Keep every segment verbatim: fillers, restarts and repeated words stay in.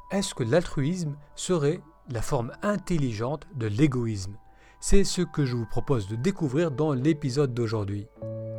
Est-ce que l'altruisme serait la forme intelligente de l'égoïsme? C'est ce que je vous propose de découvrir dans l'épisode d'aujourd'hui.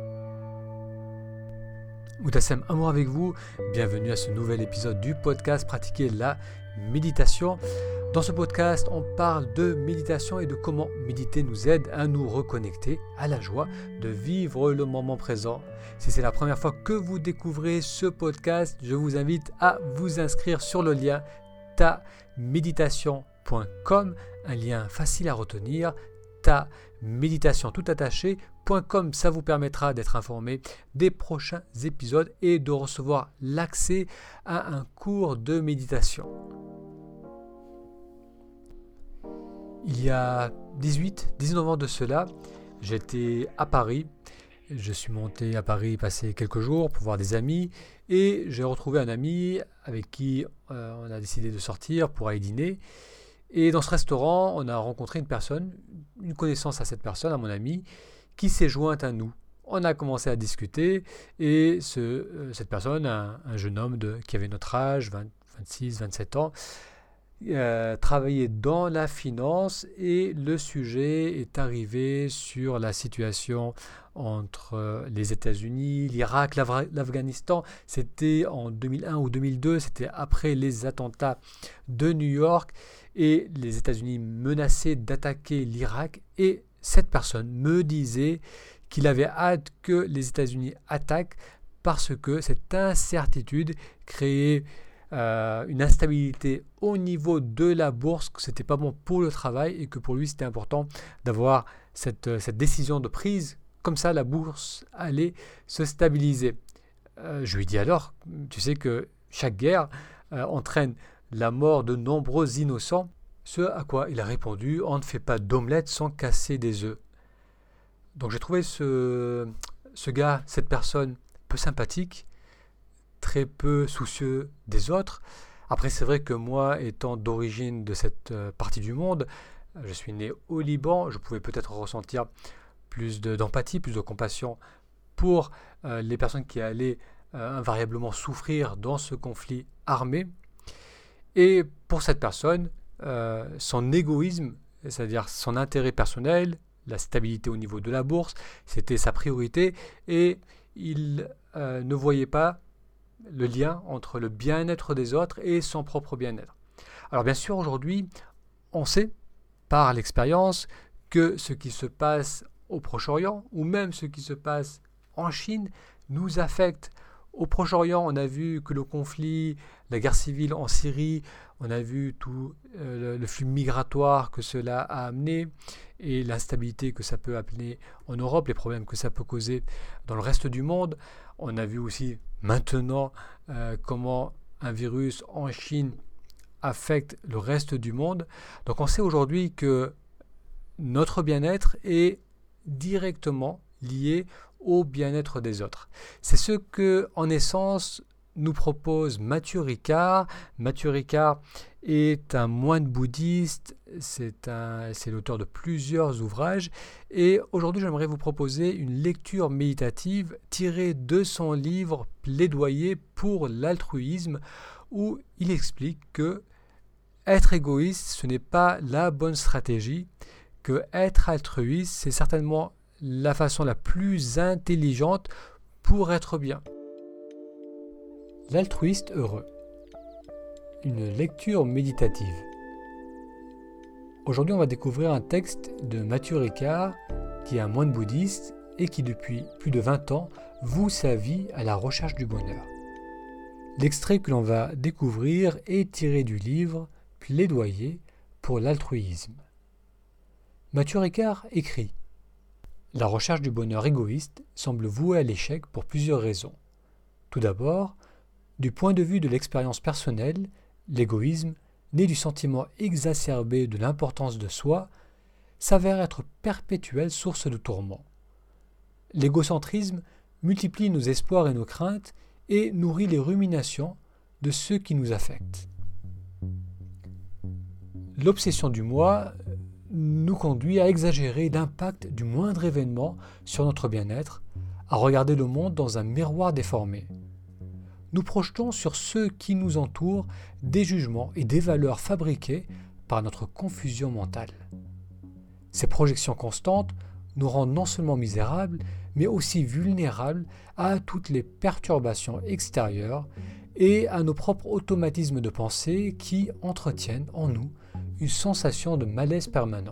Moutassem Amour avec vous, bienvenue à ce nouvel épisode du podcast Pratiquer la méditation. Dans ce podcast, on parle de méditation et de comment méditer nous aide à nous reconnecter à la joie de vivre le moment présent. Si c'est la première fois que vous découvrez ce podcast, je vous invite à vous inscrire sur le lien ta méditation point com, un lien facile à retenir, ta méditation tout attaché point com. Ça vous permettra d'être informé des prochains épisodes et de recevoir l'accès à un cours de méditation. Il y a dix-huit dix-neuf ans de cela, j'étais à Paris. Je suis monté à Paris passer quelques jours pour voir des amis et j'ai retrouvé un ami avec qui euh, on a décidé de sortir pour aller dîner. Et dans ce restaurant, on a rencontré une personne, une connaissance à cette personne, à mon ami, qui s'est jointe à nous. On a commencé à discuter et ce, euh, cette personne, un, un jeune homme de, qui avait notre âge, vingt, vingt-six, vingt-sept ans, Euh, travaillait dans la finance et le sujet est arrivé sur la situation entre les États-Unis, l'Irak, l'Af- l'Afghanistan. C'était en deux mille un ou deux mille deux, c'était après les attentats de New York et les États-Unis menaçaient d'attaquer l'Irak et cette personne me disait qu'il avait hâte que les États-Unis attaquent parce que cette incertitude créait Euh, une instabilité au niveau de la bourse, que c'était pas bon pour le travail et que pour lui c'était important d'avoir cette, cette décision de prise, comme ça la bourse allait se stabiliser. Euh, je lui dis alors, tu sais que chaque guerre euh, entraîne la mort de nombreux innocents, ce à quoi il a répondu, on ne fait pas d'omelette sans casser des œufs. Donc j'ai trouvé ce, ce gars, cette personne peu sympathique, très peu soucieux des autres. Après, c'est vrai que moi, étant d'origine de cette euh, partie du monde, je suis né au Liban, je pouvais peut-être ressentir plus de, d'empathie, plus de compassion pour euh, les personnes qui allaient euh, invariablement souffrir dans ce conflit armé. Et pour cette personne, euh, son égoïsme, c'est-à-dire son intérêt personnel, la stabilité au niveau de la bourse, c'était sa priorité et il euh, ne voyait pas le lien entre le bien-être des autres et son propre bien-être. Alors bien sûr, aujourd'hui, on sait par l'expérience que ce qui se passe au Proche-Orient ou même ce qui se passe en Chine nous affecte. Au Proche-Orient, on a vu que le conflit, la guerre civile en Syrie, on a vu tout euh, le, le flux migratoire que cela a amené et l'instabilité que ça peut amener en Europe, les problèmes que ça peut causer dans le reste du monde. On a vu aussi maintenant euh, comment un virus en Chine affecte le reste du monde. Donc on sait aujourd'hui que notre bien-être est directement lié au bien-être des autres. C'est ce que, en essence, nous propose Matthieu Ricard. Matthieu Ricard est un moine bouddhiste, c'est, un, c'est l'auteur de plusieurs ouvrages et aujourd'hui j'aimerais vous proposer une lecture méditative tirée de son livre Plaidoyer pour l'altruisme où il explique que être égoïste ce n'est pas la bonne stratégie, que être altruiste c'est certainement la façon la plus intelligente pour être bien. L'altruiste heureux. Une lecture méditative. Aujourd'hui, on va découvrir un texte de Matthieu Ricard, qui est un moine bouddhiste et qui, depuis plus de vingt ans, voue sa vie à la recherche du bonheur. L'extrait que l'on va découvrir est tiré du livre Plaidoyer pour l'altruisme. Matthieu Ricard écrit : La recherche du bonheur égoïste semble vouée à l'échec pour plusieurs raisons. Tout d'abord, du point de vue de l'expérience personnelle, l'égoïsme, né du sentiment exacerbé de l'importance de soi, s'avère être perpétuelle source de tourments. L'égocentrisme multiplie nos espoirs et nos craintes et nourrit les ruminations de ceux qui nous affectent. L'obsession du moi nous conduit à exagérer l'impact du moindre événement sur notre bien-être, à regarder le monde dans un miroir déformé. nous projetons sur ceux qui nous entourent des jugements et des valeurs fabriquées par notre confusion mentale. Ces projections constantes nous rendent non seulement misérables, mais aussi vulnérables à toutes les perturbations extérieures et à nos propres automatismes de pensée qui entretiennent en nous une sensation de malaise permanent.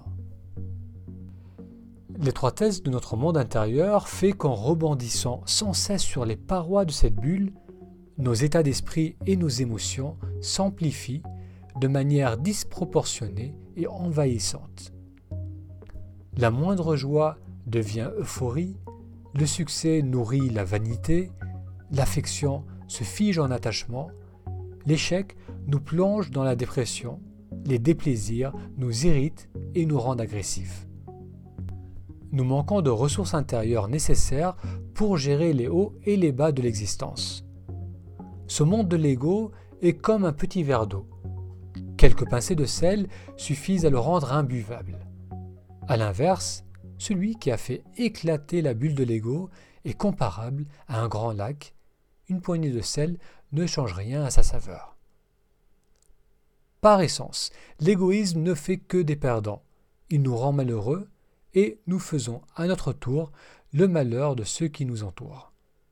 L'étroitesse de notre monde intérieur fait qu'en rebondissant sans cesse sur les parois de cette bulle, nos états d'esprit et nos émotions s'amplifient de manière disproportionnée et envahissante. La moindre joie devient euphorie, le succès nourrit la vanité, l'affection se fige en attachement, l'échec nous plonge dans la dépression, les déplaisirs nous irritent et nous rendent agressifs. Nous manquons de ressources intérieures nécessaires pour gérer les hauts et les bas de l'existence. Ce monde de l'ego est comme un petit verre d'eau. Quelques pincées de sel suffisent à le rendre imbuvable. À l'inverse, celui qui a fait éclater la bulle de l'ego est comparable à un grand lac. Une poignée de sel ne change rien à sa saveur. Par essence, l'égoïsme ne fait que des perdants. Il nous rend malheureux et nous faisons à notre tour le malheur de ceux qui nous entourent.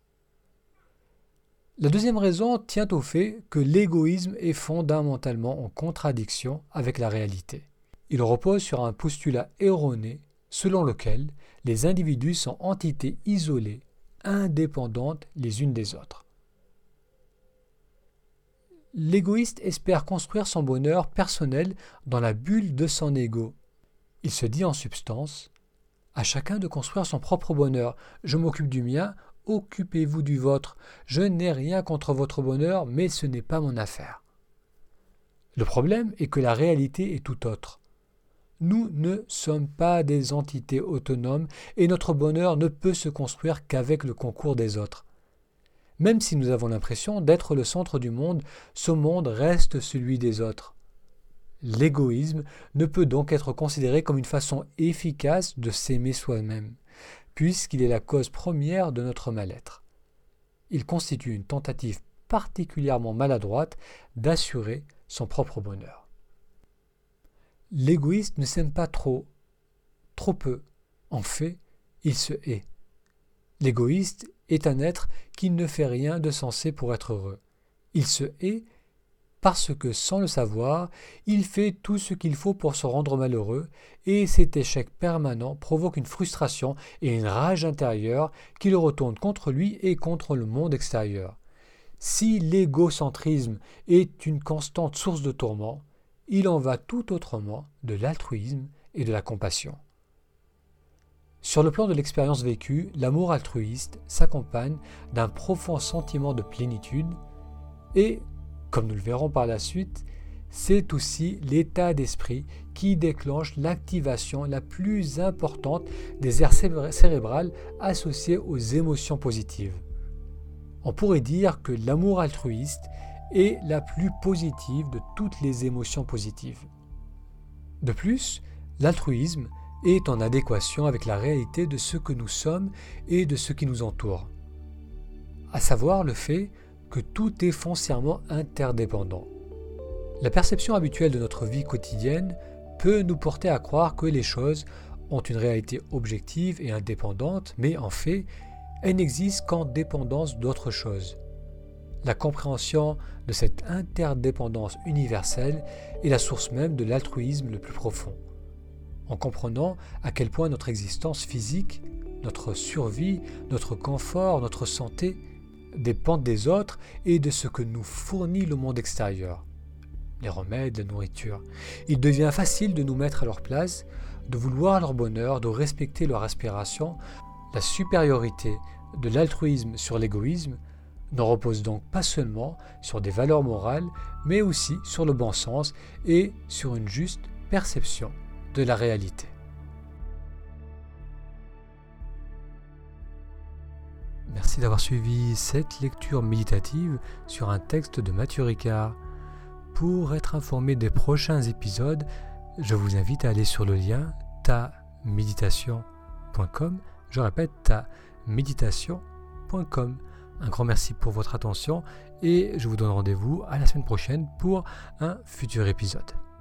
La deuxième raison tient au fait que l'égoïsme est fondamentalement en contradiction avec la réalité. Il repose sur un postulat erroné selon lequel les individus sont entités isolées, indépendantes les unes des autres. L'égoïste espère construire son bonheur personnel dans la bulle de son ego. Il se dit en substance « À chacun de construire son propre bonheur. Je m'occupe du mien, occupez-vous du vôtre. Je n'ai rien contre votre bonheur, mais ce n'est pas mon affaire. » Le problème est que la réalité est tout autre. Nous ne sommes pas des entités autonomes et notre bonheur ne peut se construire qu'avec le concours des autres. Même si nous avons l'impression d'être le centre du monde, ce monde reste celui des autres. L'égoïsme ne peut donc être considéré comme une façon efficace de s'aimer soi-même, puisqu'il est la cause première de notre mal-être. Il constitue une tentative particulièrement maladroite d'assurer son propre bonheur. L'égoïste ne s'aime pas trop, trop peu. En fait, il se hait. L'égoïste est un être qui ne fait rien de sensé pour être heureux. Il se hait parce que, sans le savoir, il fait tout ce qu'il faut pour se rendre malheureux, et cet échec permanent provoque une frustration et une rage intérieure qui le retournent contre lui et contre le monde extérieur. Si l'égocentrisme est une constante source de tourment, il en va tout autrement de l'altruisme et de la compassion. Sur le plan de l'expérience vécue, l'amour altruiste s'accompagne d'un profond sentiment de plénitude et, comme nous le verrons par la suite, c'est aussi l'état d'esprit qui déclenche l'activation la plus importante des aires cérébrales associées aux émotions positives. On pourrait dire que l'amour altruiste est la plus positive de toutes les émotions positives. De plus, l'altruisme est en adéquation avec la réalité de ce que nous sommes et de ce qui nous entoure, à savoir le fait que tout est foncièrement interdépendant. La perception habituelle de notre vie quotidienne peut nous porter à croire que les choses ont une réalité objective et indépendante, mais en fait, elles n'existent qu'en dépendance d'autres choses. La compréhension de cette interdépendance universelle est la source même de l'altruisme le plus profond. En comprenant à quel point notre existence physique, notre survie, notre confort, notre santé dépendent des autres et de ce que nous fournit le monde extérieur, les remèdes, la nourriture, il devient facile de nous mettre à leur place, de vouloir leur bonheur, de respecter leur aspiration. La supériorité de l'altruisme sur l'égoïsme ne repose donc pas seulement sur des valeurs morales, mais aussi sur le bon sens et sur une juste perception de la réalité. Merci d'avoir suivi cette lecture méditative sur un texte de Mathieu Ricard. Pour être informé des prochains épisodes, je vous invite à aller sur le lien ta méditation point com. Je répète, ta méditation point com. Un grand merci pour votre attention et je vous donne rendez-vous à la semaine prochaine pour un futur épisode.